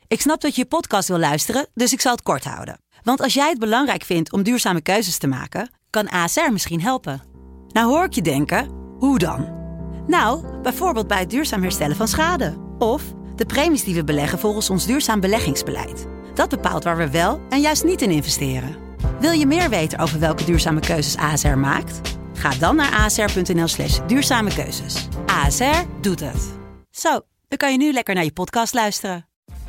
Ik snap dat je podcast wil luisteren, dus ik zal het kort houden. Want als jij het belangrijk vindt om duurzame keuzes te maken, kan ASR misschien helpen. Nou hoor ik je denken, hoe dan? Nou, bijvoorbeeld bij het duurzaam herstellen van schade. Of de premies die we beleggen volgens ons duurzaam beleggingsbeleid. Dat bepaalt waar we wel en juist niet in investeren. Wil je meer weten over welke duurzame keuzes ASR maakt? Ga dan naar asr.nl/duurzame keuzes. ASR doet het. Zo, dan kan je nu lekker naar je podcast luisteren.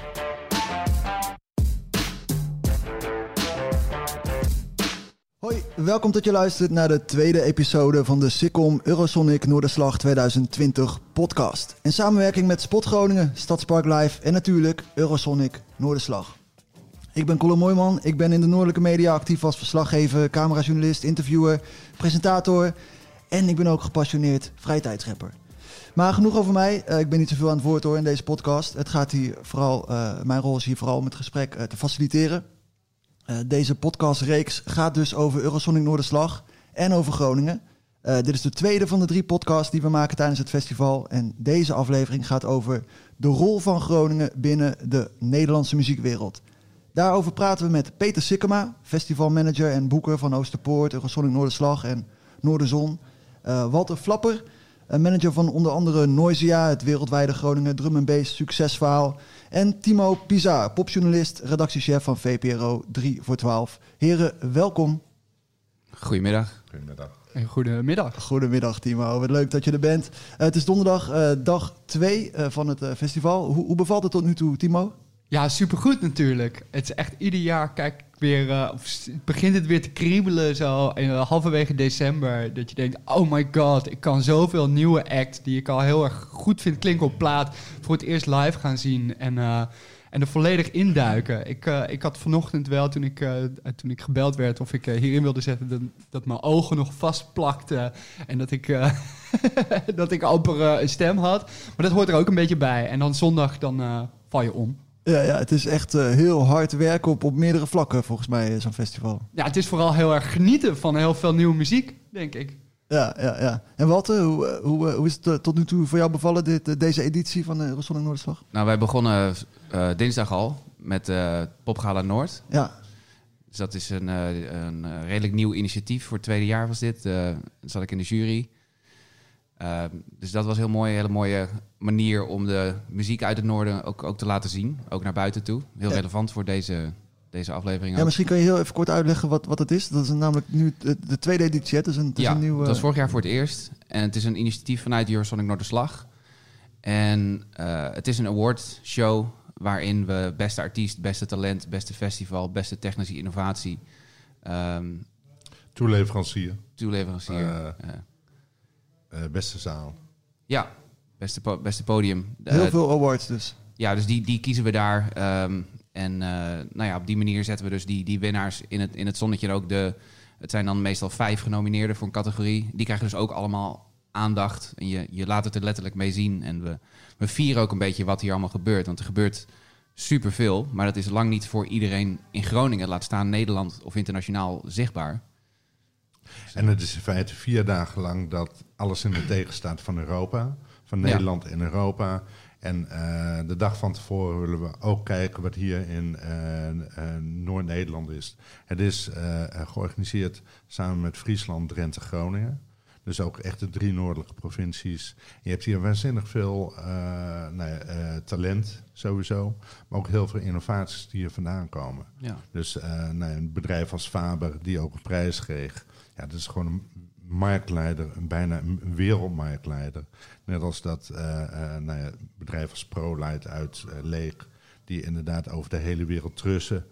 Hoi, welkom dat je luistert naar de tweede episode van de Sikkom Eurosonic Noorderslag 2020 podcast. In samenwerking met Spot Groningen, Stadspark Live en natuurlijk Eurosonic Noorderslag. Ik ben Colin Mooijman, ik ben in de noordelijke media actief als verslaggever, camerajournalist, interviewer, presentator en ik ben ook gepassioneerd vrijtijdsrapper. Maar genoeg over mij, ik ben niet zoveel aan het woord hoor in deze podcast. Het gaat hier vooral, mijn rol is hier vooral om het gesprek te faciliteren. Deze podcastreeks gaat dus over Eurosonic Noorderslag en over Groningen. Dit is de tweede van de 3 podcasts die we maken tijdens het festival. En deze aflevering gaat over de rol van Groningen binnen de Nederlandse muziekwereld. Daarover praten we met Peter Sikkema, festivalmanager en boeker van Oosterpoort, Eurosonic Noorderslag en Noorderzon. Walter Flapper, manager van onder andere Noisia, het wereldwijde Groningen drum and bass succesverhaal. En Timo Pizar, popjournalist, redactiechef van VPRO 3 voor 12. Heren, welkom. Goedemiddag. En goedemiddag. Goedemiddag Timo, wat leuk dat je er bent. Het is donderdag, dag 2 van het festival. Hoe bevalt het tot nu toe, Timo? Ja, supergoed natuurlijk. Het is echt ieder jaar, begint het weer te kriebelen zo in halverwege december. Dat je denkt, oh my god, ik kan zoveel nieuwe acts die ik al heel erg goed vind klinken op plaat voor het eerst live gaan zien en er volledig induiken. Ik had vanochtend wel, toen ik gebeld werd of ik hierin wilde zetten, dat mijn ogen nog vastplakten en dat ik, dat ik amper een stem had. Maar dat hoort er ook een beetje bij. En dan zondag, dan val je om. Ja, het is echt heel hard werken op meerdere vlakken volgens mij, zo'n festival. Ja, het is vooral heel erg genieten van heel veel nieuwe muziek, denk ik. Ja. En Walter, hoe is het tot nu toe voor jou bevallen, deze editie van de Eurosonic Noorderslag? Nou, wij begonnen dinsdag al met Popgala Noord. Ja. Dus dat is een redelijk nieuw initiatief. Voor het tweede jaar was dit. Zat ik in de jury. Dus dat was heel mooi, een hele mooie manier om de muziek uit het noorden ook te laten zien. Ook naar buiten toe. Heel relevant voor deze aflevering. Ja, misschien kan je heel even kort uitleggen wat het is. Dat is namelijk nu de tweede editie. Het is een nieuw, dat was vorig jaar voor het eerst. En het is een initiatief vanuit Eurosonic Noorderslag. En het is een awardshow waarin we beste artiest, beste talent, beste festival, beste technische innovatie. Toeleverancier. Beste zaal. Ja, beste podium. Heel veel awards dus. Ja, dus die kiezen we daar. Op die manier zetten we dus die winnaars in het zonnetje. En ook het zijn dan meestal 5 genomineerden voor een categorie. Die krijgen dus ook allemaal aandacht. En je laat het er letterlijk mee zien. En we vieren ook een beetje wat hier allemaal gebeurt. Want er gebeurt superveel. Maar dat is lang niet voor iedereen in Groningen. Laat staan Nederland of internationaal zichtbaar. En het is in feite 4 dagen lang dat alles in de teken staat van Europa. Van Nederland en Europa. En de dag van tevoren willen we ook kijken wat hier in Noord-Nederland is. Het is georganiseerd samen met Friesland, Drenthe, Groningen. Dus ook echt de 3 noordelijke provincies. Je hebt hier waanzinnig veel talent sowieso. Maar ook heel veel innovaties die hier vandaan komen. Ja. Dus een bedrijf als Faber die ook een prijs kreeg. Ja, dat is gewoon een marktleider, bijna een wereldmarktleider. Net als dat bedrijf als ProLight uit Leek, die inderdaad over de hele wereld trussen.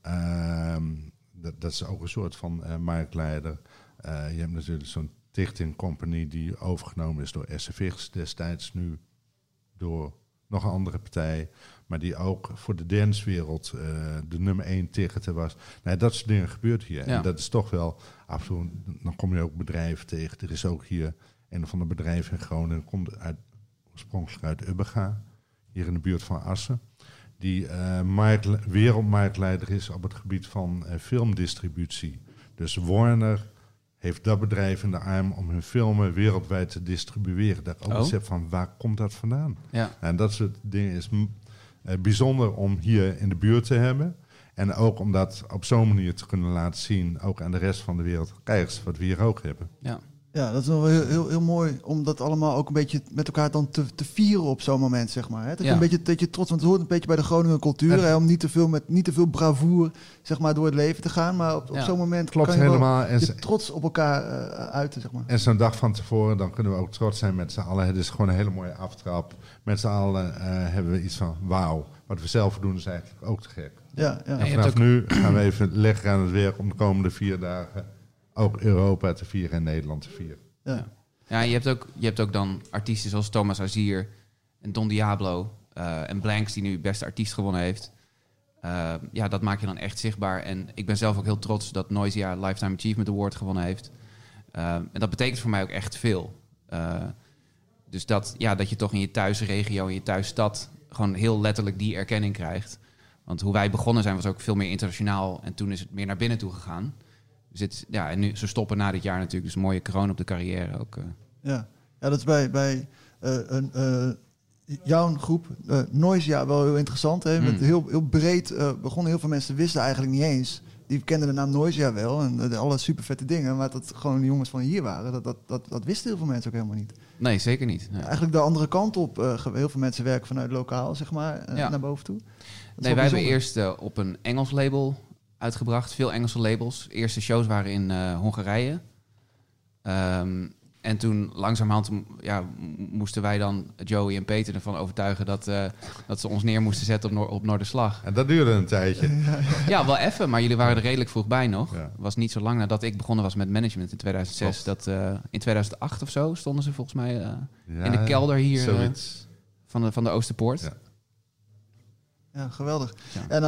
Dat is ook een soort van marktleider. Je hebt natuurlijk zo'n Tichting Company die overgenomen is door SFX destijds, nu door nog een andere partij, maar die ook voor de dancewereld de nummer 1 ticketer was. Nou, dat soort dingen gebeurt hier. Ja. En dat is toch wel af en toe, dan kom je ook bedrijven tegen. Er is ook hier een of ander bedrijf in Groningen, komt oorspronkelijk uit Ubbega, hier in de buurt van Assen, die wereldmarktleider is op het gebied van filmdistributie. Dus Warner heeft dat bedrijf in de arm om hun filmen wereldwijd te distribueren. Dat ik ook eens heb van, waar komt dat vandaan? Ja. En dat soort dingen is bijzonder om hier in de buurt te hebben. En ook om dat op zo'n manier te kunnen laten zien, ook aan de rest van de wereld. Kijk eens wat we hier ook hebben. Ja, dat is wel heel mooi om dat allemaal ook een beetje met elkaar dan te vieren op zo'n moment, zeg maar. Hè? Dat je een beetje dat je trots, want het hoort een beetje bij de Groninger cultuur, hè, om niet te veel bravoer, zeg maar, door het leven te gaan, maar op zo'n moment klopt kan je helemaal. wel je trots op elkaar uiten, zeg maar. En zo'n dag van tevoren, dan kunnen we ook trots zijn met z'n allen. Het is gewoon een hele mooie aftrap. Met z'n allen hebben we iets van, wauw, wat we zelf doen is eigenlijk ook te gek. Ja. En vanaf nu gaan we even lekker aan het werk om de komende 4 dagen ook Europa te vieren en Nederland te vieren. Ja, je hebt ook dan artiesten zoals Thomas Azier en Don Diablo en Blanks, die nu beste artiest gewonnen heeft. Dat maak je dan echt zichtbaar. En ik ben zelf ook heel trots dat Noisia Lifetime Achievement Award gewonnen heeft. En dat betekent voor mij ook echt veel. Dus dat je toch in je thuisregio, in je thuisstad, gewoon heel letterlijk die erkenning krijgt. Want hoe wij begonnen zijn was ook veel meer internationaal. En toen is het meer naar binnen toe gegaan. Dus en nu, ze stoppen na dit jaar natuurlijk. Dus een mooie kroon op de carrière ook. Ja, dat is bij jouw groep, Noisia, wel heel interessant. Hè? Met heel breed begonnen. Heel veel mensen wisten eigenlijk niet eens. Die kenden de naam Noisia wel. En alle super vette dingen. Maar dat gewoon de jongens van hier waren. Dat wisten heel veel mensen ook helemaal niet. Nee, zeker niet. Nee. Eigenlijk de andere kant op. Heel veel mensen werken vanuit lokaal, zeg maar, naar boven toe. Nee, wij hebben eerst op een Engels label uitgebracht. Veel Engelse labels. De eerste shows waren in Hongarije. En toen langzamerhand moesten wij dan Joey en Peter ervan overtuigen dat ze ons neer moesten zetten op Noorderslag. En dat duurde een tijdje. Ja, wel even, maar jullie waren er redelijk vroeg bij nog. Ja. Het was niet zo lang nadat ik begonnen was met management in 2006. Klopt. In 2008 of zo stonden ze volgens mij in de kelder hier van de Oosterpoort. Ja, geweldig. Ja. En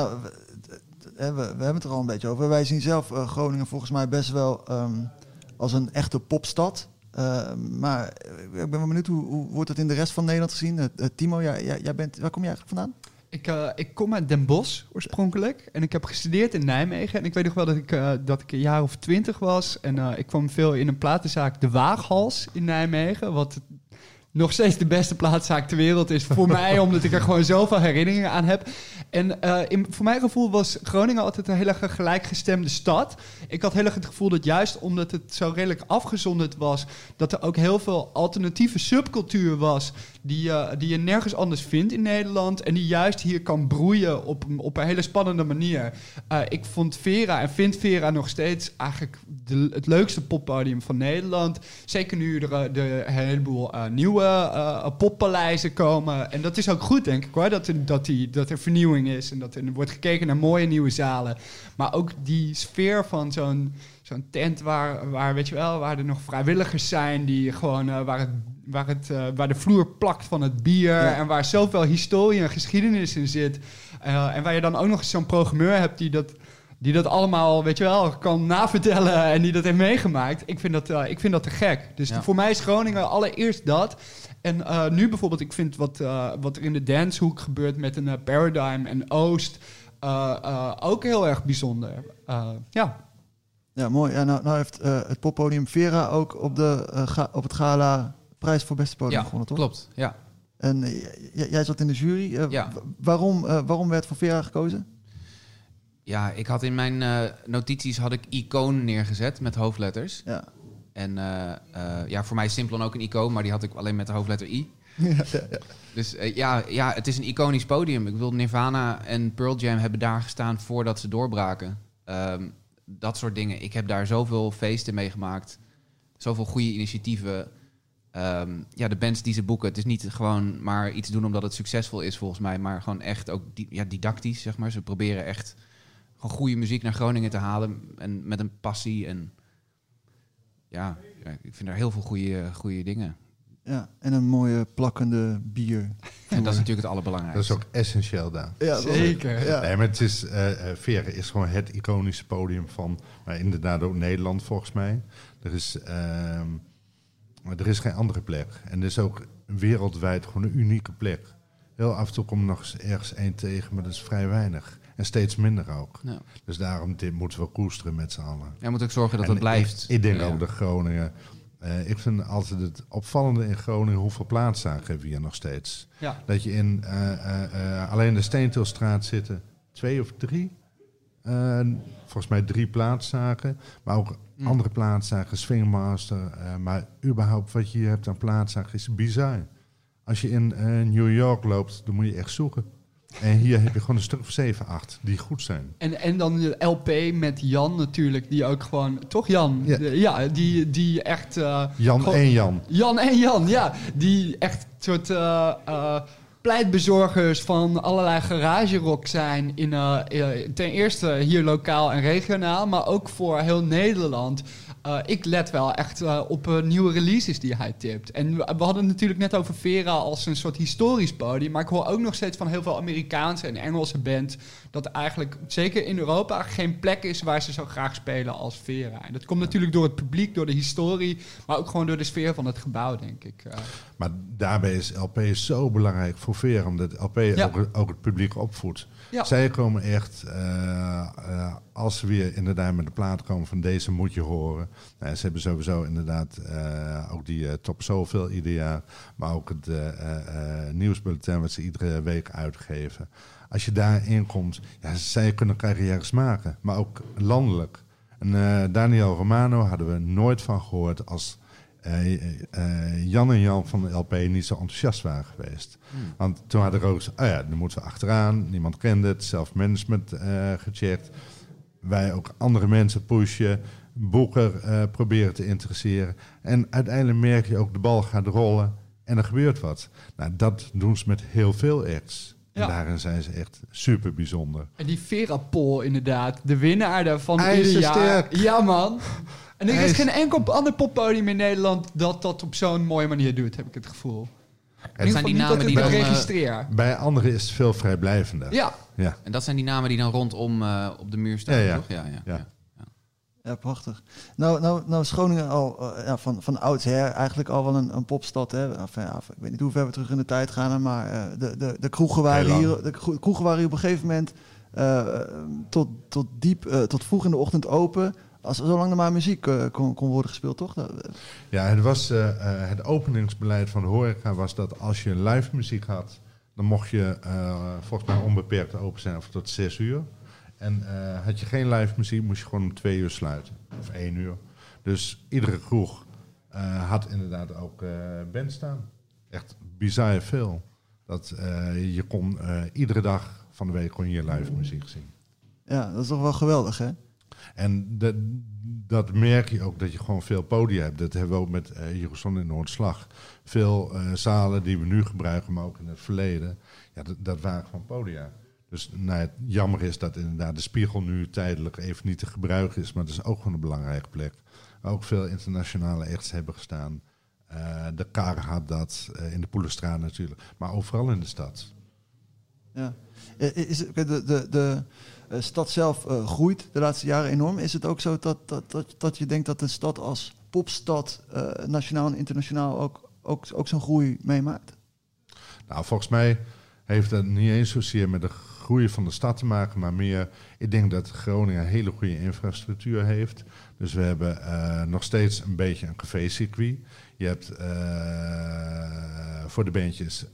we hebben het er al een beetje over. Wij zien zelf Groningen volgens mij best wel als een echte popstad. Maar ik ben wel benieuwd, hoe wordt het in de rest van Nederland gezien? Timo, waar kom je eigenlijk vandaan? Ik kom uit Den Bosch oorspronkelijk. En ik heb gestudeerd in Nijmegen. En ik weet nog wel dat ik een jaar of 20 was. En ik kwam veel in een platenzaak, De Waaghals in Nijmegen. Wat nog steeds de beste platenzaak ter wereld is voor mij, omdat ik er gewoon zoveel herinneringen aan heb. En voor mijn gevoel was Groningen altijd een hele gelijkgestemde stad. Ik had heel erg het gevoel dat juist omdat het zo redelijk afgezonderd was, dat er ook heel veel alternatieve subcultuur was die je nergens anders vindt in Nederland en die juist hier kan broeien op een hele spannende manier. Ik vond Vera en vind Vera nog steeds eigenlijk het leukste poppodium van Nederland. Zeker nu er een heleboel nieuwe poppaleizen komen. En dat is ook goed, denk ik, hoor. Dat er vernieuwing is en dat er wordt gekeken naar mooie nieuwe zalen. Maar ook die sfeer van zo'n tent waar, weet je wel, waar er nog vrijwilligers zijn die gewoon waar de vloer plakt van het bier en waar zoveel historie en geschiedenis in zit. En waar je dan ook nog eens zo'n programmeur hebt die dat allemaal, weet je wel, kan navertellen en die dat heeft meegemaakt. Ik vind dat te gek. Dus voor mij is Groningen allereerst dat. En nu bijvoorbeeld, ik vind wat er in de dancehoek gebeurt met een Paradigm en Oost ook heel erg bijzonder. Ja, mooi. Ja, nou heeft het poppodium Vera ook op het gala prijs voor beste podium gewonnen, toch? Klopt, ja. En jij zat in de jury. Waarom werd voor Vera gekozen? Ja, ik had in mijn notities icoon neergezet met hoofdletters. Ja. En voor mij is Simplon ook een icoon, maar die had ik alleen met de hoofdletter I. Ja. Dus het is een iconisch podium. Ik wil Nirvana en Pearl Jam hebben daar gestaan voordat ze doorbraken. Dat soort dingen. Ik heb daar zoveel feesten meegemaakt. Zoveel goede initiatieven. De bands die ze boeken. Het is niet gewoon maar iets doen omdat het succesvol is volgens mij. Maar gewoon echt ook didactisch, zeg maar. Ze proberen echt gewoon goede muziek naar Groningen te halen. En met een passie. En ik vind daar heel veel goede dingen. Ja, en een mooie plakkende bier. En dat is natuurlijk het allerbelangrijkste. Dat is ook essentieel daar. Ja, zeker. Ja. Nee, maar het is, Vera is gewoon het iconische podium van, maar inderdaad ook Nederland volgens mij. Er is geen andere plek. En er is ook wereldwijd gewoon een unieke plek. Heel af en toe komt er nog eens ergens één tegen, maar dat is vrij weinig. En steeds minder ook. Ja. Dus daarom moeten we koesteren met z'n allen. Ja, moet ook zorgen dat het blijft. Ik denk ook dat Groningen Ik vind altijd het opvallende in Groningen hoeveel plaatszaken hebben we hier nog steeds. Ja. Dat je in alleen de Steentilstraat zitten 2 of 3. Volgens mij 3 plaatszaken. Maar ook andere plaatszaken, Swingmaster. Maar überhaupt wat je hier hebt aan plaatszaken is bizar. Als je in New York loopt, dan moet je echt zoeken. En hier heb je gewoon een stuk of 7, 8 die goed zijn. En dan de LP met Jan natuurlijk, die ook gewoon... Toch Jan? Ja. Die echt... Jan gewoon, en Jan. Jan en Jan, ja. Die echt soort pleitbezorgers van allerlei garagerock zijn. Ten eerste hier lokaal en regionaal, maar ook voor heel Nederland. Ik let wel echt op nieuwe releases die hij tipt. En we hadden het natuurlijk net over Vera als een soort historisch podium. Maar ik hoor ook nog steeds van heel veel Amerikaanse en Engelse bands dat eigenlijk, zeker in Europa, geen plek is waar ze zo graag spelen als Vera. En dat komt natuurlijk door het publiek, door de historie, maar ook gewoon door de sfeer van het gebouw, denk ik. Maar daarbij is LP zo belangrijk voor Vera, omdat LP ook het publiek opvoedt. Ja. Zij komen echt, als ze weer inderdaad met de plaat komen van deze moet je horen. Ze hebben sowieso inderdaad ook die top zoveel ieder jaar. Maar ook het nieuwsbulletin wat ze iedere week uitgeven. Als je daarin komt, zij kunnen carrières maken. Maar ook landelijk. En Daniel Romano hadden we nooit van gehoord als Jan en Jan van de LP niet zo enthousiast waren geweest. Want toen hadden we ook dan moeten we achteraan. Niemand kende het. Zelfmanagement gecheckt. Wij ook andere mensen pushen. Boeker proberen te interesseren. En uiteindelijk merk je ook de bal gaat rollen. En er gebeurt wat. Nou, dat doen ze met heel veel acts. En daarin zijn ze echt super bijzonder. En die Vera-poll inderdaad. De winnaar daarvan ieder IJzersterk. jaar. Ja, man. En er is geen enkel ander poppodium in Nederland dat op zo'n mooie manier doet, heb ik het gevoel. En zijn die namen die dan dan registreer. Bij anderen is het veel vrijblijvender. Ja. En dat zijn die namen die dan rondom op de muur staan, toch? Ja. Ja, prachtig. Nou is Groningen al van oudsher eigenlijk al wel een popstad. Hè? Enfin, ik weet niet hoe ver we terug in de tijd gaan, maar de kroegen waren hier. De kroegen waren hier op een gegeven moment tot vroeg in de ochtend open. Zolang er maar muziek kon worden gespeeld, toch? Ja, het was het openingsbeleid van de horeca was dat als je live muziek had, dan mocht je volgens mij onbeperkt open zijn of tot 6 uur. En had je geen live muziek, moest je gewoon om 2 uur sluiten. Of 1 uur. Dus iedere kroeg had inderdaad ook band staan. Echt bizar veel. Dat je kon iedere dag van de week kon je live muziek zien. Ja, dat is toch wel geweldig, hè? En dat merk je ook, dat je gewoon veel podia hebt. Dat hebben we ook met Eurozone in Noordslag. Veel zalen die we nu gebruiken, maar ook in het verleden. Ja, dat waren gewoon podia. Dus het jammer is dat inderdaad de Spiegel nu tijdelijk even niet te gebruiken is. Maar dat is ook gewoon een belangrijke plek. Waar ook veel internationale acts hebben gestaan. De Kar had dat, in de Poelenstraat natuurlijk. Maar overal in de stad. Ja. Is de stad zelf groeit de laatste jaren enorm. Is het ook zo dat je denkt dat een stad als popstad nationaal en internationaal ook zo'n groei meemaakt? Nou, volgens mij heeft dat niet eens zozeer met de groei van de stad te maken, maar meer, ik denk dat Groningen een hele goede infrastructuur heeft. Dus we hebben nog steeds een beetje een café-circuit. Je hebt voor de bandjes,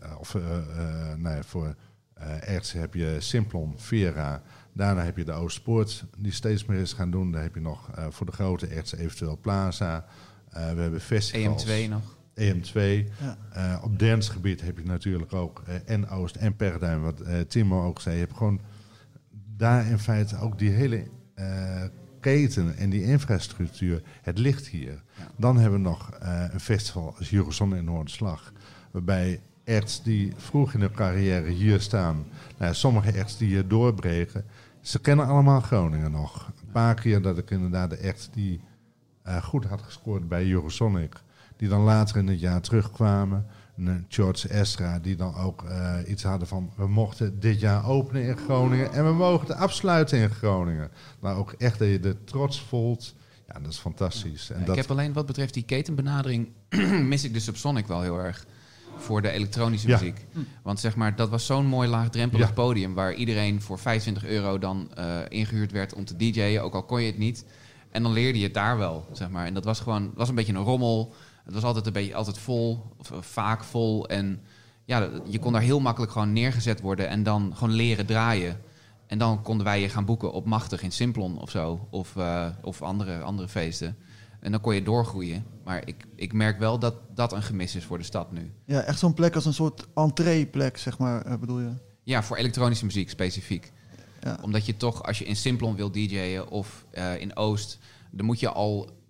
voor ertsen heb je Simplon, Vera. Daarna heb je de Oostpoort, die steeds meer is gaan doen. Dan heb je nog voor de grote ertsen eventueel Plaza. We hebben festivals. EM2 nog. EM2. Ja. Op dancegebied heb je natuurlijk ook en Oost en Perduin, wat Timo ook zei. Je hebt gewoon daar in feite ook die hele keten en die infrastructuur. Het ligt hier. Ja. Dan hebben we nog een festival als Eurozone in Noorderslag. Waarbij acts die vroeg in hun carrière hier staan. Sommige acts die hier doorbreken. Ze kennen allemaal Groningen nog. Een paar keer dat ik inderdaad de act die goed had gescoord bij Eurosonic, die dan later in het jaar terugkwamen. George Ezra, die dan ook iets hadden van, we mochten dit jaar openen in Groningen en we mogen het afsluiten in Groningen. Maar ook echt dat je de trots voelt. Ja, dat is fantastisch. En ik heb alleen wat betreft die ketenbenadering mis ik de Subsonic wel heel erg voor de elektronische muziek. Want zeg maar, dat was zo'n mooi laagdrempelig podium waar iedereen voor €25 dan ingehuurd werd om te DJ'en, ook al kon je het niet. En dan leerde je het daar wel, zeg maar. En dat was een beetje een rommel. Het was altijd vol, of vaak vol. En ja, je kon daar heel makkelijk gewoon neergezet worden en dan gewoon leren draaien. En dan konden wij je gaan boeken op Machtig in Simplon of zo. Of andere feesten. En dan kon je doorgroeien. Maar ik merk wel dat dat een gemis is voor de stad nu. Ja, echt zo'n plek als een soort entreeplek, zeg maar, bedoel je? Ja, voor elektronische muziek specifiek. Ja. Omdat je toch, als je in Simplon wil DJ'en of in Oost, dan moet je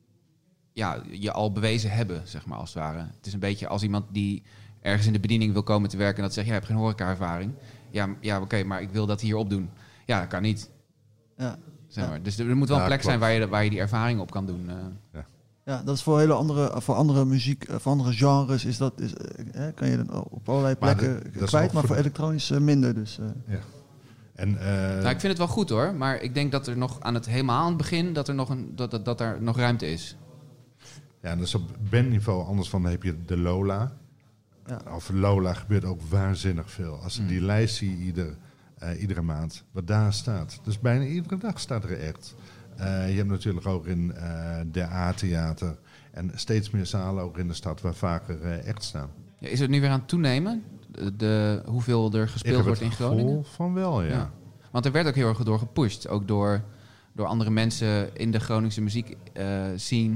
al bewezen hebben, zeg maar, als het ware. Het is een beetje als iemand die ergens in de bediening wil komen te werken en dat zegt, je hebt geen horeca-ervaring. Ja, oké, maar ik wil dat hier opdoen. Ja, dat kan niet. Ja. Zeg maar. Dus er moet wel een plek zijn waar je die ervaring op kan doen. Ja, dat is voor hele andere muziek, voor andere genres kan je dan op allerlei plekken kwijt, maar voor elektronisch minder. Dus, Ja. En, ik vind het wel goed hoor, maar ik denk dat er nog helemaal aan het begin dat er nog ruimte is. Ja, dat is op bandniveau, anders dan heb je de Lola. Ja. Of Lola gebeurt ook waanzinnig veel. Als je die lijst ziet iedere maand, wat daar staat. Dus bijna iedere dag staat er echt. Je hebt natuurlijk ook in de A-theater en steeds meer zalen ook in de stad waar vaker echt staan. Ja, is het nu weer aan het toenemen? Hoeveel er gespeeld wordt in Groningen? Ik heb het gevoel van wel, ja. Want er werd ook heel erg door gepusht. Ook door andere mensen in de Groningse muziek scene.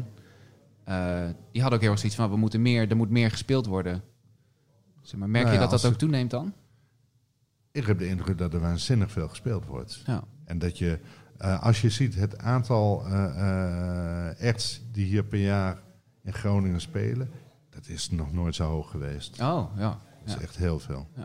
Die hadden ook heel erg zoiets van, er moet meer gespeeld worden. Zeg maar, merk je dat ook toeneemt dan? Ik heb de indruk dat er waanzinnig veel gespeeld wordt. Ja. En dat je, als je ziet het aantal acts die hier per jaar in Groningen spelen, dat is nog nooit zo hoog geweest. Oh, ja. Dat is echt heel veel. Ja.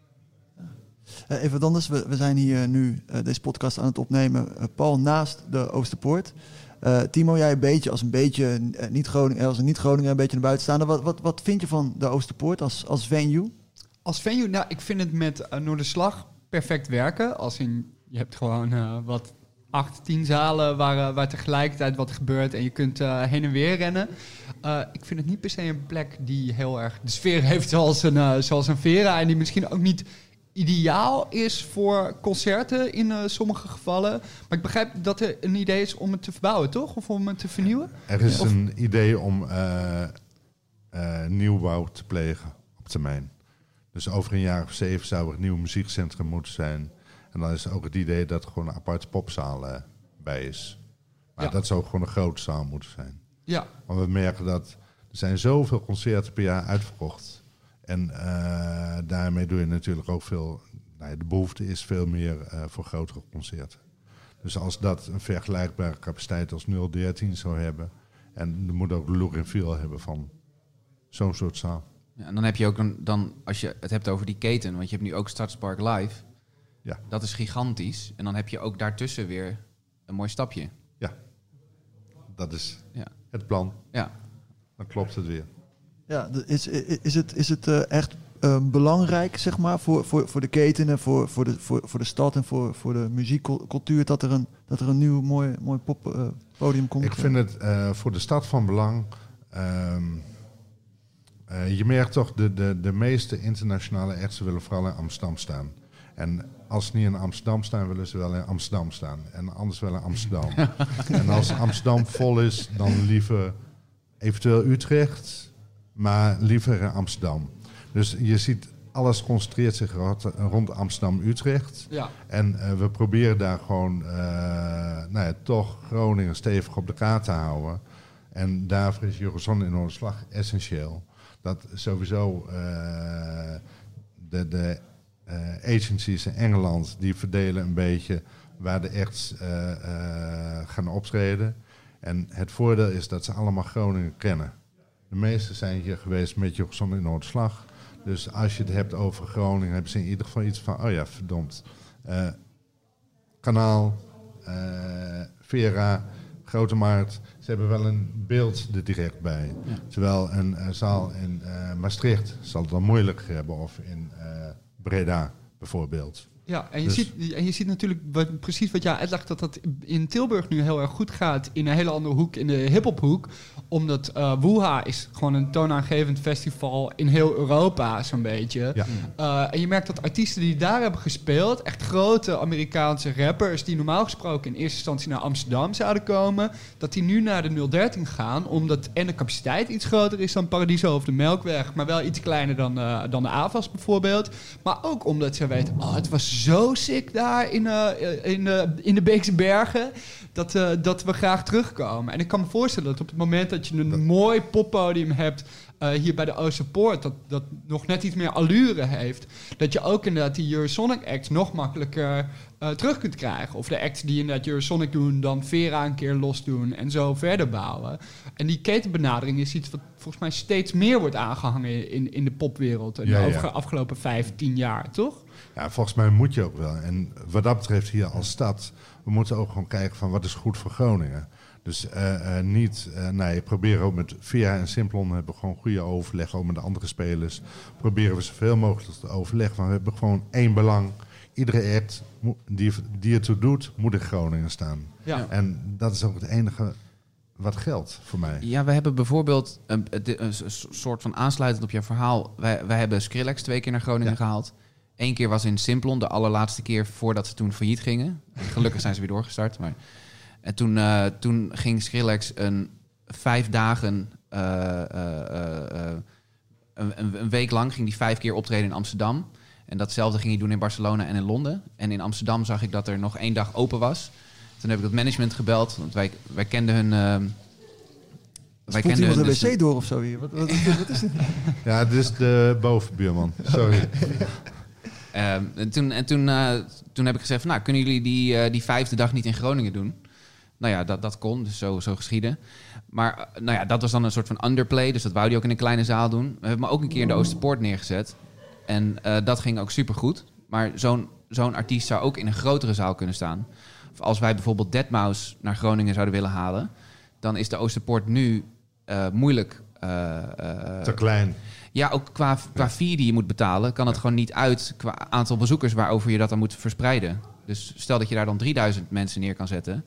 Even wat anders, we zijn hier nu deze podcast aan het opnemen. Paul, naast de Oosterpoort. Timo, jij een beetje als een niet-Groninger, een beetje naar buiten staande. Wat vind je van de Oosterpoort als venue? Als venue, nou, ik vind het met Noorderslag perfect werken. Als in, je hebt gewoon 8-10 zalen waar tegelijkertijd wat gebeurt en je kunt heen en weer rennen. Ik vind het niet per se een plek die heel erg de sfeer heeft zoals een Vera en die misschien ook niet ideaal is voor concerten in sommige gevallen. Maar ik begrijp dat er een idee is om het te verbouwen, toch? Of om het te vernieuwen? Er is een idee om nieuwbouw te plegen op termijn. Dus over een jaar of 7 zou er een nieuw muziekcentrum moeten zijn. En dan is ook het idee dat er gewoon een aparte popzaal bij is. Maar dat zou gewoon een grote zaal moeten zijn. Ja. Want we merken dat er zijn zoveel concerten per jaar uitverkocht. En daarmee doe je natuurlijk ook veel. Nou ja, de behoefte is veel meer voor grotere concerten. Dus als dat een vergelijkbare capaciteit als 013 zou hebben. En er moet ook de look en feel hebben van zo'n soort zaal. Ja, en dan heb je ook dan, als je het hebt over die keten, want je hebt nu ook Stadspark Live. Ja. Dat is gigantisch. En dan heb je ook daartussen weer een mooi stapje. Ja, dat is Ja. het plan. Ja. Dan klopt het weer. Ja, is het echt belangrijk, zeg maar, voor de keten en voor de stad en voor de muziekcultuur dat er een nieuw mooi poppodium komt? Ik vind het voor de stad van belang. Je merkt toch, de meeste internationale acts willen vooral in Amsterdam staan. En als ze niet in Amsterdam staan, willen ze wel in Amsterdam staan. En anders wel in Amsterdam. En als Amsterdam vol is, dan liever eventueel Utrecht, maar liever in Amsterdam. Dus je ziet, alles concentreert zich rond Amsterdam-Utrecht. Ja. En we proberen daar gewoon toch Groningen stevig op de kaart te houden. En daarvoor is Eurozone in Noorderslag essentieel. Dat sowieso de agencies in Engeland, die verdelen een beetje waar de acts gaan optreden. En het voordeel is dat ze allemaal Groningen kennen. De meesten zijn hier geweest met Eurozone in Noorderslag. Dus als je het hebt over Groningen, hebben ze in ieder geval iets van, oh ja, verdomd. Kanaal, Vera, Grote Markt, ze hebben wel een beeld er direct bij. Ja. Terwijl een zaal in Maastricht zal het dan moeilijker hebben, of in Breda bijvoorbeeld. Ja, en Dus- je ziet natuurlijk precies wat jij uitlegt, dat in Tilburg nu heel erg goed gaat. In een hele andere hoek, in de hiphophoek. Omdat Wuha is gewoon een toonaangevend festival in heel Europa, zo'n beetje. Ja. En je merkt dat artiesten die daar hebben gespeeld, echt grote Amerikaanse rappers, die normaal gesproken in eerste instantie naar Amsterdam zouden komen, dat die nu naar de 013 gaan, omdat en de capaciteit iets groter is dan Paradiso of de Melkweg, maar wel iets kleiner dan de AVAS bijvoorbeeld. Maar ook omdat ze weten, het was zo sick daar in de Beekse Bergen, dat we graag terugkomen. En ik kan me voorstellen dat op het moment dat je een mooi poppodium hebt hier bij de Oosterpoort, dat nog net iets meer allure heeft, dat je ook inderdaad die Eurosonic acts nog makkelijker terug kunt krijgen. Of de acts die inderdaad Eurosonic doen, dan Vera een keer los doen en zo verder bouwen. En die ketenbenadering is iets wat volgens mij steeds meer wordt aangehangen in de popwereld over de afgelopen 5-10 jaar, toch? Ja, volgens mij moet je ook wel. En wat dat betreft hier als stad, we moeten ook gewoon kijken van wat is goed voor Groningen. Dus proberen ook met Vera en Simplon hebben we gewoon goede overleg, ook met de andere spelers. Proberen we zoveel mogelijk te overleggen. Want we hebben gewoon één belang. Iedere act die ertoe doet, moet in Groningen staan. Ja. En dat is ook het enige wat geldt voor mij. Ja, we hebben bijvoorbeeld een soort van aansluitend op jouw verhaal. Wij hebben Skrillex 2 keer naar Groningen gehaald. 1 keer was in Simplon, de allerlaatste keer voordat ze toen failliet gingen. Gelukkig zijn ze weer doorgestart. Maar... En toen ging Skrillex 5 dagen, een week lang, ging hij 5 keer optreden in Amsterdam. En datzelfde ging hij doen in Barcelona en in Londen. En in Amsterdam zag ik dat er nog 1 dag open was. Toen heb ik het management gebeld, want wij kenden hun... Spoelt iemand de wc door of zo hier? Wat is dit? Ja, dit is de bovenbuurman. Sorry. En toen heb ik gezegd van, kunnen jullie die 5e dag niet in Groningen doen? Nou ja, dat kon, dus zo geschieden. Maar dat was dan een soort van underplay, dus dat wou hij ook in een kleine zaal doen. We hebben hem ook een keer in de Oosterpoort neergezet. En dat ging ook supergoed. Maar zo'n artiest zou ook in een grotere zaal kunnen staan. Of als wij bijvoorbeeld Deadmau5 naar Groningen zouden willen halen, dan is de Oosterpoort nu moeilijk. Te klein. Ja, ook qua fee die je moet betalen, kan het gewoon niet uit qua aantal bezoekers waarover je dat dan moet verspreiden. Dus stel dat je daar dan 3000 mensen neer kan zetten.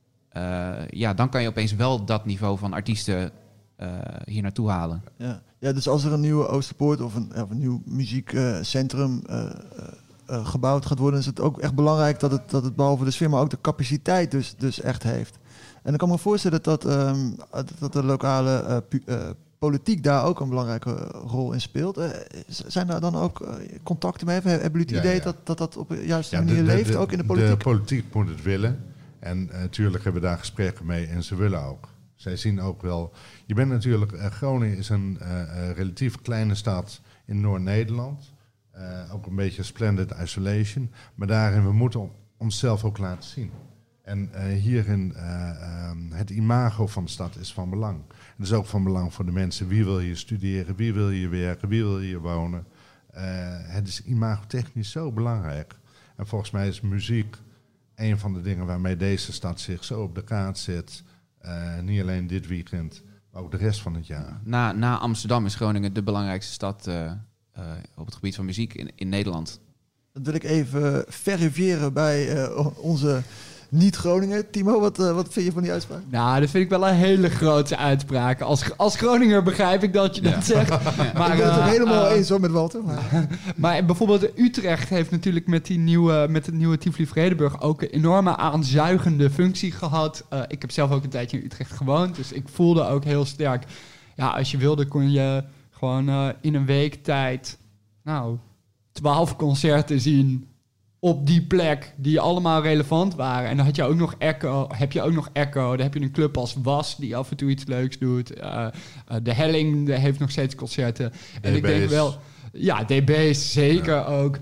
Dan kan je opeens wel dat niveau van artiesten hier naartoe halen. Ja, dus als er een nieuwe Oosterpoort of een nieuw muziekcentrum gebouwd gaat worden, is het ook echt belangrijk dat het behalve de sfeer, maar ook de capaciteit dus echt heeft. En dan kan ik me voorstellen dat de lokale politiek daar ook een belangrijke rol in speelt. Zijn daar dan ook contacten mee? Hebben jullie het idee dat op de juiste manier leeft, ook in de politiek? De politiek moet het willen. En natuurlijk hebben we daar gesprekken mee en ze willen ook. Zij zien ook wel... Je bent natuurlijk... Groningen is een relatief kleine stad in Noord-Nederland. Ook een beetje splendid isolation. Maar daarin, we moeten onszelf ook laten zien. En hierin, het imago van de stad is van belang. Het is ook van belang voor de mensen. Wie wil hier studeren? Wie wil hier werken? Wie wil hier wonen? Het is imagotechnisch zo belangrijk. En volgens mij is muziek een van de dingen waarmee deze stad zich zo op de kaart zet. Niet alleen dit weekend, maar ook de rest van het jaar. Na Amsterdam is Groningen de belangrijkste stad op het gebied van muziek in Nederland. Dat wil ik even verifiëren bij onze niet-Groninger. Timo, wat vind je van die uitspraak? Nou, dat vind ik wel een hele grote uitspraak. Als Groninger begrijp ik dat je dat zegt. Maar, ik ben het er helemaal eens hoor met Walter. Maar bijvoorbeeld Utrecht heeft natuurlijk met het nieuwe Tivoli Vredenburg ook een enorme aanzuigende functie gehad. Ik heb zelf ook een tijdje in Utrecht gewoond, dus ik voelde ook heel sterk. Ja, als je wilde kon je gewoon in een week tijd 12 concerten zien op die plek die allemaal relevant waren. En dan heb je ook nog Echo. Dan heb je een club als Was die af en toe iets leuks doet. De Helling heeft nog steeds concerten. En ik denk wel... Ja, DB's zeker ook.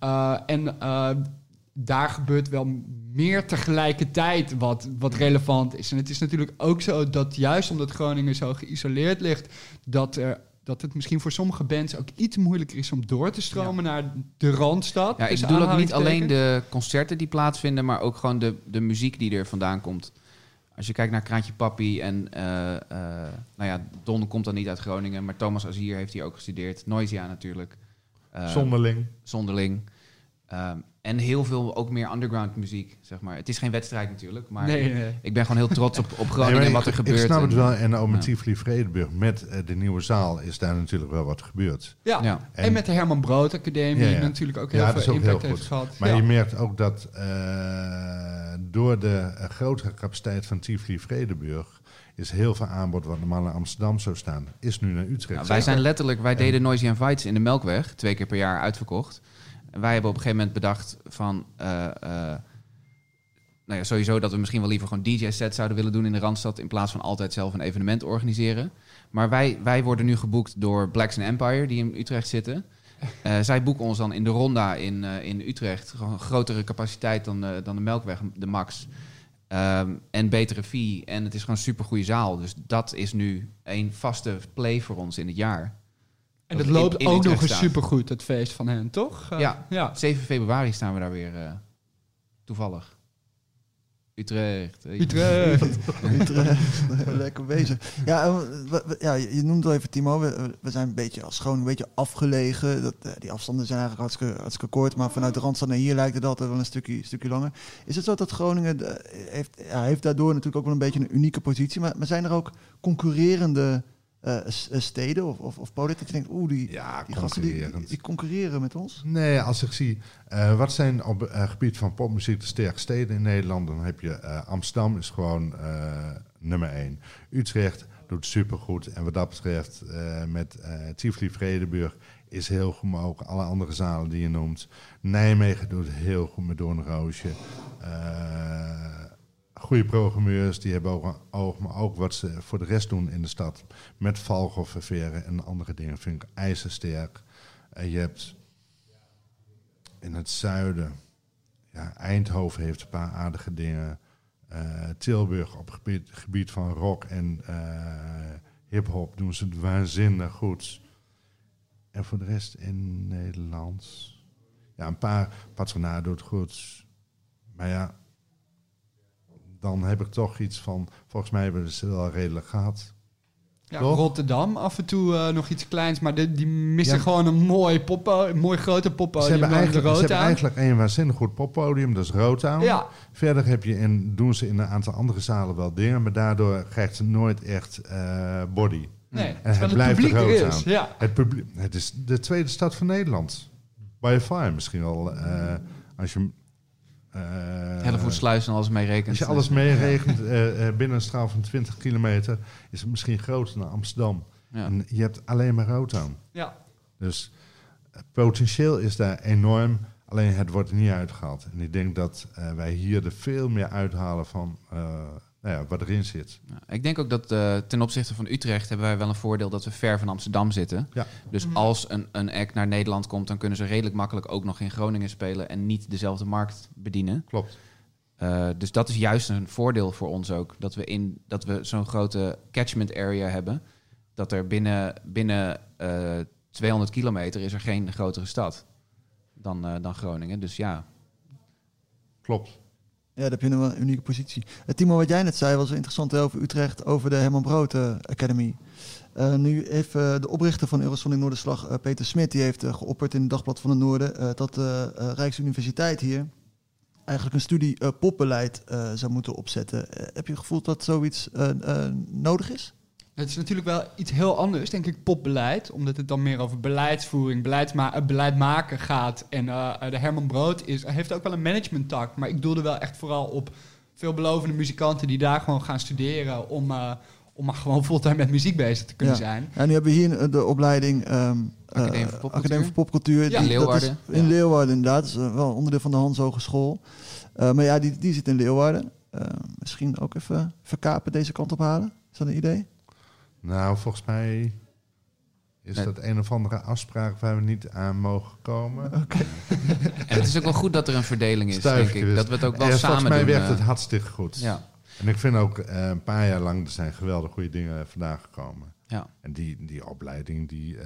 Daar gebeurt wel meer tegelijkertijd wat relevant is. En het is natuurlijk ook zo dat juist omdat Groningen zo geïsoleerd ligt, dat het misschien voor sommige bands ook iets moeilijker is om door te stromen naar de Randstad. Ja, ik bedoel ook niet alleen de concerten die plaatsvinden, maar ook gewoon de muziek die er vandaan komt. Als je kijkt naar Kraantje Papi en Don komt dan niet uit Groningen, maar Thomas Azier heeft hier ook gestudeerd. Noisia natuurlijk. Zonderling. En heel veel ook meer underground muziek, zeg maar. Het is geen wedstrijd natuurlijk, maar Nee. ik ben gewoon heel trots op Groningen en wat er gebeurt. Ik snap het wel. En ook met Ja. Tivoli Vredenburg, met de nieuwe zaal, is daar natuurlijk wel wat gebeurd. Ja. Ja. En met de Herman Brood Academie Ja. natuurlijk ook Ja, heel dat is veel ook impact heel heeft goed. gehad. Maar Ja. je merkt ook dat door de grotere capaciteit van Tivoli Vredenburg is heel veel aanbod wat normaal in Amsterdam zou staan, is nu naar Utrecht. Nou, wij deden Noisy and Fights in de Melkweg, 2 keer per jaar uitverkocht. En wij hebben op een gegeven moment bedacht van... sowieso dat we misschien wel liever gewoon DJ-sets zouden willen doen in de Randstad, in plaats van altijd zelf een evenement organiseren. Maar wij worden nu geboekt door Blacks and Empire, die in Utrecht zitten. Zij boeken ons dan in de Ronda in Utrecht. Gewoon een grotere capaciteit dan de Melkweg, de Max. En betere fee. En het is gewoon een supergoeie zaal. Dus dat is nu een vaste play voor ons in het jaar. En dat in- loopt in ook Utrecht nog eens staat. supergoed, het feest van hen, toch? Ja. 7 februari staan we daar weer toevallig. Utrecht. Utrecht. Lekker bezig. Ja, je noemt al even Timo. We zijn een beetje als Groningen een beetje afgelegen. Die afstanden zijn eigenlijk hartstikke kort. Maar vanuit de Randstad naar hier lijkt het altijd wel een stukje langer. Is het zo dat Groningen heeft daardoor natuurlijk ook wel een beetje een unieke positie. Maar zijn er ook concurrerende steden of podia dat je denkt, die gasten die concurreren met ons? Nee, als ik zie, wat zijn op het gebied van popmuziek de sterke steden in Nederland, dan heb je Amsterdam is gewoon nummer 1. Utrecht doet supergoed. En wat dat betreft met Tivoli Vredenburg is heel goed, maar ook alle andere zalen die je noemt. Nijmegen doet heel goed met Doornroosje. Goede programmeurs, die hebben ook een oog, maar ook wat ze voor de rest doen in de stad. Met Valgolfververen en andere dingen vind ik ijzersterk. Je hebt in het zuiden, Eindhoven heeft een paar aardige dingen. Tilburg op het gebied van rock en hip-hop doen ze het waanzinnig goed. En voor de rest in Nederland, een paar, Patronaat doet goed. Maar dan heb ik toch iets van, volgens mij hebben ze wel redelijk gehad. Ja, Toch? Rotterdam af en toe nog iets kleins, maar die missen gewoon een mooi grote poppodium. Ze hebben eigenlijk een waanzinnig goed poppodium, dat is Rotown. Ja. Verder doen ze in een aantal andere zalen wel dingen, maar daardoor krijgt ze nooit echt body. Nee, En het blijft publiek er Rotown. is. Ja. Het is de tweede stad van Nederland. By far misschien wel, als je... Hellevoetsluis en alles mee rekent. Als je alles meerekent, binnen een straal van 20 kilometer, is het misschien groter dan Amsterdam. Ja. En je hebt alleen maar Rotown. Ja. Dus potentieel is daar enorm, alleen het wordt er niet uitgehaald. En ik denk dat wij hier er veel meer uithalen van wat erin zit. Ja, ik denk ook dat ten opzichte van Utrecht hebben wij wel een voordeel dat we ver van Amsterdam zitten. Ja. Dus als een act naar Nederland komt, dan kunnen ze redelijk makkelijk ook nog in Groningen spelen en niet dezelfde markt bedienen. Klopt. Dus dat is juist een voordeel voor ons ook. Dat we zo'n grote catchment area hebben. Dat er binnen 200 kilometer is er geen grotere stad dan Groningen. Dus ja. Klopt. Ja, daar heb je wel een unieke positie. Timo, wat jij net zei was interessant over Utrecht, over de Herman Brood Academy. Nu heeft de oprichter van Eurosonic Noorderslag, Peter Smit, die heeft geopperd in het Dagblad van het Noorden dat de Rijksuniversiteit hier eigenlijk een studie popbeleid zou moeten opzetten. Heb je het gevoel dat zoiets nodig is? Het is natuurlijk wel iets heel anders, denk ik, popbeleid. Omdat het dan meer over beleidsvoering, beleid maken gaat. En de Herman Brood heeft ook wel een managementtak. Maar ik doelde wel echt vooral op veelbelovende muzikanten die daar gewoon gaan studeren om maar gewoon fulltime met muziek bezig te kunnen zijn. Ja, nu hebben we hier de opleiding Academie voor Popcultuur. Ja, in Leeuwarden. Dat is in Leeuwarden, inderdaad. Dat is wel onderdeel van de Hans Hogeschool. Maar ja, die zit in Leeuwarden. Misschien ook even verkapen, deze kant op halen. Is dat een idee? Nou, volgens mij is dat een of andere afspraak waar we niet aan mogen komen. Okay. En het is ook wel goed dat er een verdeling is, Stuifje, denk ik. dus. Dat we het ook wel samen volgens mij doen. werkt het hartstikke goed. Ja. En ik vind ook een paar jaar lang, er zijn geweldig goede dingen vandaan gekomen. Ja. En die opleiding, die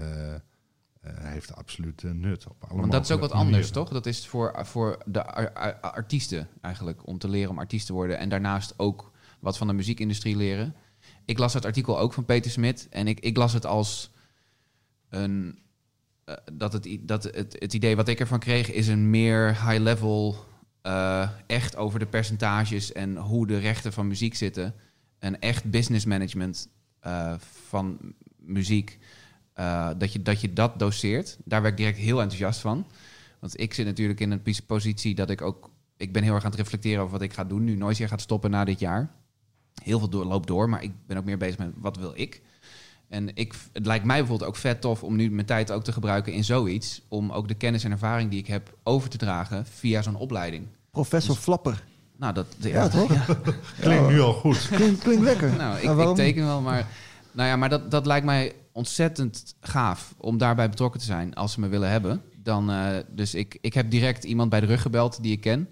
heeft absoluut nut. Op alle Want dat is ook wat mogelijke anders, manieren. toch? Dat is voor de artiesten eigenlijk, om te leren om artiest te worden. En daarnaast ook wat van de muziekindustrie leren. Ik las het artikel ook van Peter Smit. En ik las het als een het idee wat ik ervan kreeg is een meer high-level, echt over de percentages en hoe de rechten van muziek zitten. Een echt business management van muziek. Dat je dat doseert. Daar werd ik direct heel enthousiast van. Want ik zit natuurlijk in een positie dat ik ben heel erg aan het reflecteren over wat ik ga doen. Nu Noisia gaat stoppen na dit jaar. Heel veel loopt door, maar ik ben ook meer bezig met wat wil ik. En het lijkt mij bijvoorbeeld ook vet tof om nu mijn tijd ook te gebruiken in zoiets. Om ook de kennis en ervaring die ik heb over te dragen via zo'n opleiding. Professor Flapper. Nou, Ja, toch? Ja. Klinkt nu al goed. Klinkt lekker. Nou, ik teken wel, maar dat lijkt mij ontzettend gaaf om daarbij betrokken te zijn als ze me willen hebben. Dus ik heb direct iemand bij de rug gebeld die ik ken.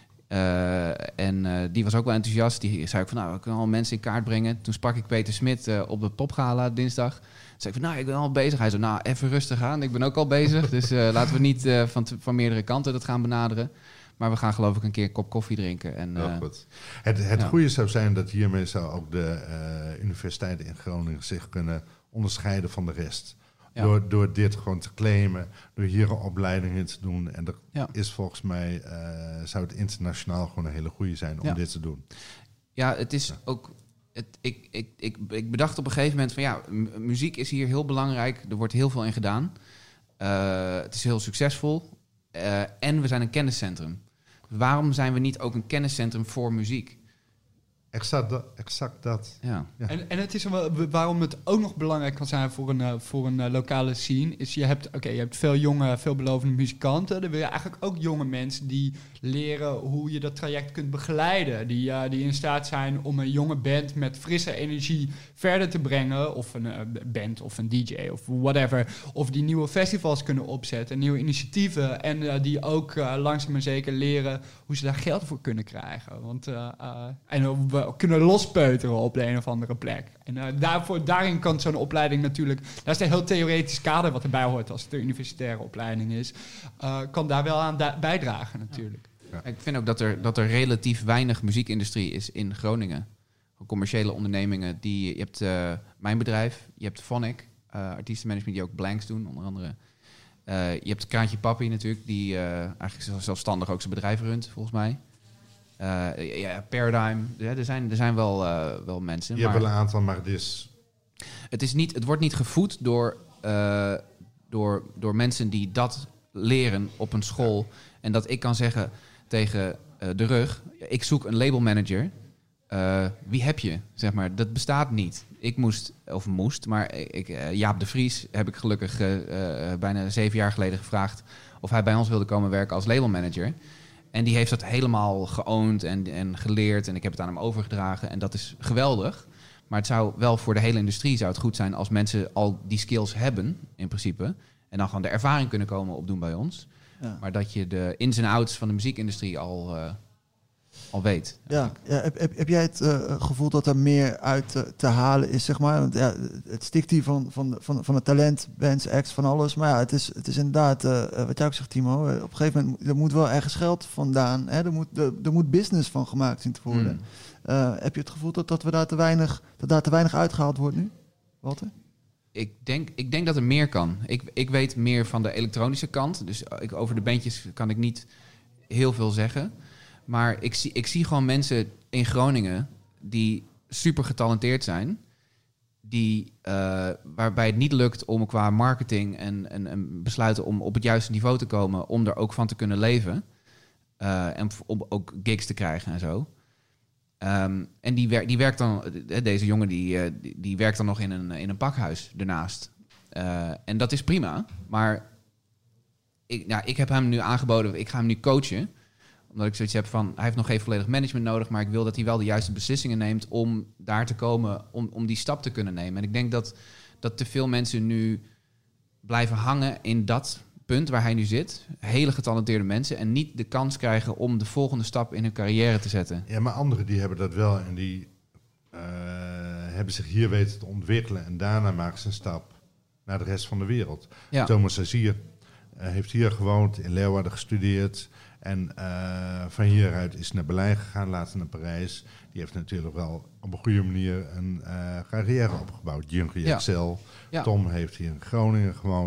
Die was ook wel enthousiast. Die zei ook van, ik kan al mensen in kaart brengen. Toen sprak ik Peter Smit op de Popgala dinsdag. Toen zei ik van, ik ben al bezig. Hij zei, even rustig aan. Ik ben ook al bezig. Dus laten we niet van meerdere kanten dat gaan benaderen. Maar we gaan geloof ik een keer een kop koffie drinken. En, goed. Het goede zou zijn dat hiermee zou ook de universiteiten in Groningen zich kunnen onderscheiden van de rest. Ja. Door dit gewoon te claimen, door hier een opleiding in te doen. En dat is volgens mij, zou het internationaal gewoon een hele goede zijn om dit te doen. Ja, het is ook... Ik bedacht op een gegeven moment van muziek is hier heel belangrijk. Er wordt heel veel in gedaan. Het is heel succesvol. En we zijn een kenniscentrum. Waarom zijn we niet ook een kenniscentrum voor muziek? Exact dat. Ja. En het is waarom het ook nog belangrijk kan zijn voor een lokale scene, is je hebt veel jonge, veelbelovende muzikanten. Dan wil je eigenlijk ook jonge mensen die leren hoe je dat traject kunt begeleiden. Die in staat zijn om een jonge band met frisse energie verder te brengen. Of een band of een DJ of whatever. Of die nieuwe festivals kunnen opzetten, nieuwe initiatieven. En die ook langzaam maar zeker leren hoe ze daar geld voor kunnen krijgen. Want en we kunnen lospeuteren op de een of andere plek. En daarin kan zo'n opleiding natuurlijk... Daar is een heel theoretisch kader wat erbij hoort als het een universitaire opleiding is. Kan daar wel aan bijdragen natuurlijk. Ja. Ik vind ook dat er relatief weinig muziekindustrie is in Groningen. Commerciële ondernemingen. Je hebt mijn bedrijf, je hebt Phonic, artiestenmanagement die ook blanks doen, onder andere. Je hebt Kraantje Papi natuurlijk, die eigenlijk zelfstandig ook zijn bedrijf runt, volgens mij. Paradigm. Er zijn wel mensen. Je hebt wel een aantal, maar het is... Het wordt niet gevoed door mensen die dat leren op een school. En dat ik kan zeggen tegen de rug, ik zoek een labelmanager. Wie heb je? Zeg maar, dat bestaat niet. Ik moest, maar Jaap de Vries heb ik gelukkig bijna 7 jaar geleden gevraagd of hij bij ons wilde komen werken als labelmanager. En die heeft dat helemaal geowned en geleerd. En ik heb het aan hem overgedragen. En dat is geweldig. Maar het zou wel voor de hele industrie zou het goed zijn als mensen al die skills hebben, in principe. En dan gewoon de ervaring kunnen komen opdoen bij ons. Ja. Maar dat je de ins en outs van de muziekindustrie al weet. Ja. Heb jij het gevoel dat er meer uit te halen is, zeg maar? Want het stikt hier van het talent, bands, acts, van alles. Maar het is inderdaad, wat jij ook zegt, Timo. Op een gegeven moment, er moet wel ergens geld vandaan. Hè? Er moet business van gemaakt zien te worden. Heb je het gevoel dat daar te weinig uitgehaald wordt nu, Walter? Ik denk dat er meer kan. Ik weet meer van de elektronische kant. Dus over de bandjes kan ik niet heel veel zeggen. Maar ik zie gewoon mensen in Groningen die super getalenteerd zijn. Waarbij het niet lukt om qua marketing en besluiten om op het juiste niveau te komen. Om er ook van te kunnen leven. En om ook gigs te krijgen en zo. En die werkt dan, deze jongen die werkt dan nog in een pakhuis ernaast. En dat is prima. Maar ik heb hem nu aangeboden, ik ga hem nu coachen. Omdat ik zoiets heb van, hij heeft nog geen volledig management nodig, maar ik wil dat hij wel de juiste beslissingen neemt om daar te komen, om die stap te kunnen nemen. En ik denk dat te veel mensen nu blijven hangen in dat punt waar hij nu zit. Hele getalenteerde mensen en niet de kans krijgen om de volgende stap in hun carrière te zetten. Ja, maar anderen die hebben dat wel en die hebben zich hier weten te ontwikkelen en daarna maken ze een stap naar de rest van de wereld. Ja. Thomas Azier heeft hier gewoond, in Leeuwarden gestudeerd. En van hieruit is naar Berlijn gegaan, later naar Parijs. Die heeft natuurlijk wel op een goede manier een carrière opgebouwd. Junker Excel. Ja. Tom heeft hier in Groningen gewoond.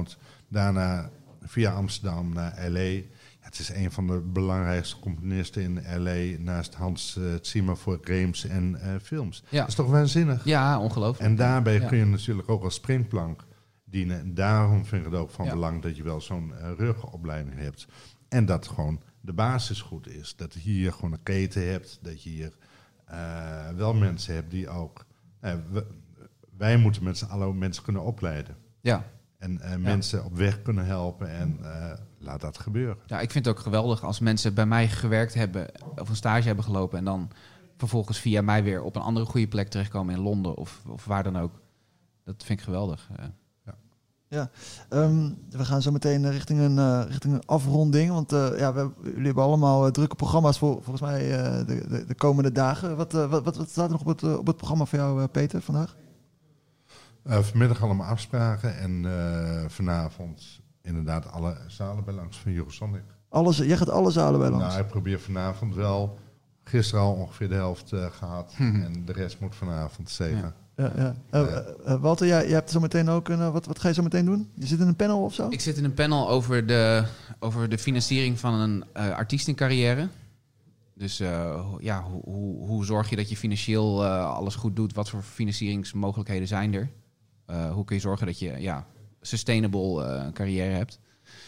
Daarna via Amsterdam naar L.A. Ja, het is een van de belangrijkste componisten in L.A. naast Hans Zimmer voor games en films. Ja. Dat is toch waanzinnig? Ja, ongelooflijk. En daarbij kun je natuurlijk ook als springplank dienen. En daarom vind ik het ook van belang dat je wel zo'n rugopleiding hebt. En dat gewoon de basis goed is. Dat je hier gewoon een keten hebt. Dat je hier wel mensen hebt die ook... wij moeten met z'n allen mensen kunnen opleiden. Ja. En mensen op weg kunnen helpen. En laat dat gebeuren. Ja, ik vind het ook geweldig als mensen bij mij gewerkt hebben... of een stage hebben gelopen... en dan vervolgens via mij weer op een andere goede plek terechtkomen in Londen... of waar dan ook. Dat vind ik geweldig. Ja, we gaan zo meteen richting een afronding. Want jullie hebben allemaal drukke programma's volgens mij de komende dagen. Wat staat er nog op het programma voor jou, Peter, vandaag? Vanmiddag allemaal afspraken. En vanavond inderdaad alle zalen bij langs van Eurosonic. Jij gaat alle zalen bij langs? Nou, ik probeer vanavond wel. Gisteren al ongeveer de helft gehad. En de rest moet vanavond zeker. Ja. Walter, jij hebt zo meteen ook wat ga je zo meteen doen? Je zit in een panel of zo? Ik zit in een panel over de financiering van een artiestencarrière. Dus hoe zorg je dat je financieel alles goed doet? Wat voor financieringsmogelijkheden zijn er? Hoe kun je zorgen dat je sustainable carrière hebt?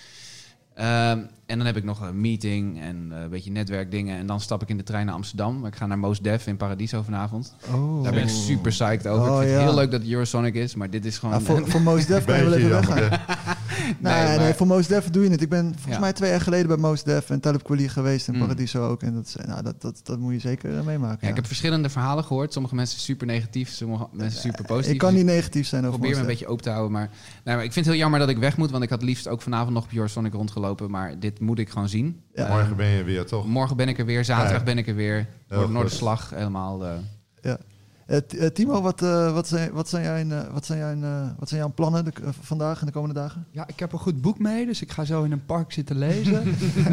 En dan heb ik nog een meeting en een beetje netwerkdingen. En dan stap ik in de trein naar Amsterdam. Ik ga naar Mos Def in Paradiso vanavond. Oh. Daar ben ik super psyched over. Ik vind het heel leuk dat het Eurosonic is, maar dit is gewoon... Voor Mos Def kan je wel even weggaan. Nee, voor Mos Def doe je het. Ik ben volgens mij 2 jaar geleden bij Mos Def en Talib Kweli geweest in Paradiso ook. En dat moet je zeker meemaken. Ja, ik heb verschillende verhalen gehoord. Sommige mensen super negatief, sommige mensen super positief. Ik kan niet negatief zijn over probeer me een beetje open te houden. Maar ik vind het heel jammer dat ik weg moet, want ik had liefst ook vanavond nog op Eurosonic rondgelopen. Maar dit moet ik gewoon zien. Ja. Morgen ben je weer, toch? Morgen ben ik er weer. Zaterdag ben ik er weer. Noorderslag, helemaal. Ja. Timo, wat zijn jouw plannen vandaag en de komende dagen? Ja, ik heb een goed boek mee, dus ik ga zo in een park zitten lezen.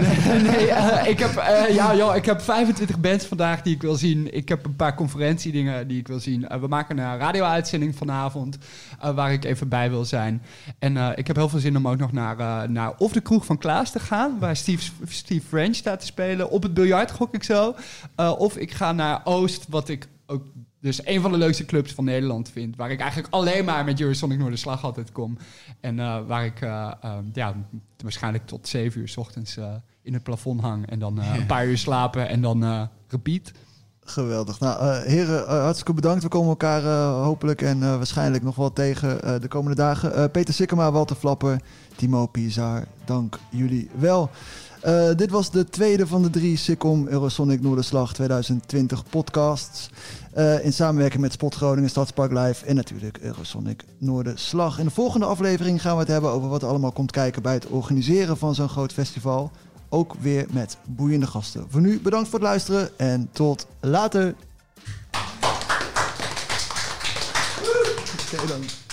Ik heb 25 bands vandaag die ik wil zien. Ik heb een paar conferentiedingen die ik wil zien. We maken een radio-uitzending vanavond waar ik even bij wil zijn. En ik heb heel veel zin om ook nog naar of de kroeg van Klaas te gaan, waar Steve French staat te spelen. Op het biljart gok ik zo. Of ik ga naar Oost, wat ik ook... Dus een van de leukste clubs van Nederland vind. Waar ik eigenlijk alleen maar met Eurosonic Noorderslag altijd kom. En waar ik waarschijnlijk tot 7 uur 's ochtends in het plafond hang. En dan een paar uur slapen en dan repeat. Geweldig. Nou, heren, hartstikke bedankt. We komen elkaar hopelijk en waarschijnlijk nog wel tegen de komende dagen. Peter Sikkema, Walter Flapper, Timo Pizar, dank jullie wel. Dit was de tweede van de 3 Sikkom Eurosonic Noorderslag 2020 podcasts. In samenwerking met Spot Groningen, Stadspark Live en natuurlijk Eurosonic Noorderslag. In de volgende aflevering gaan we het hebben over wat er allemaal komt kijken bij het organiseren van zo'n groot festival. Ook weer met boeiende gasten. Voor nu bedankt voor het luisteren en tot later. Oké dan.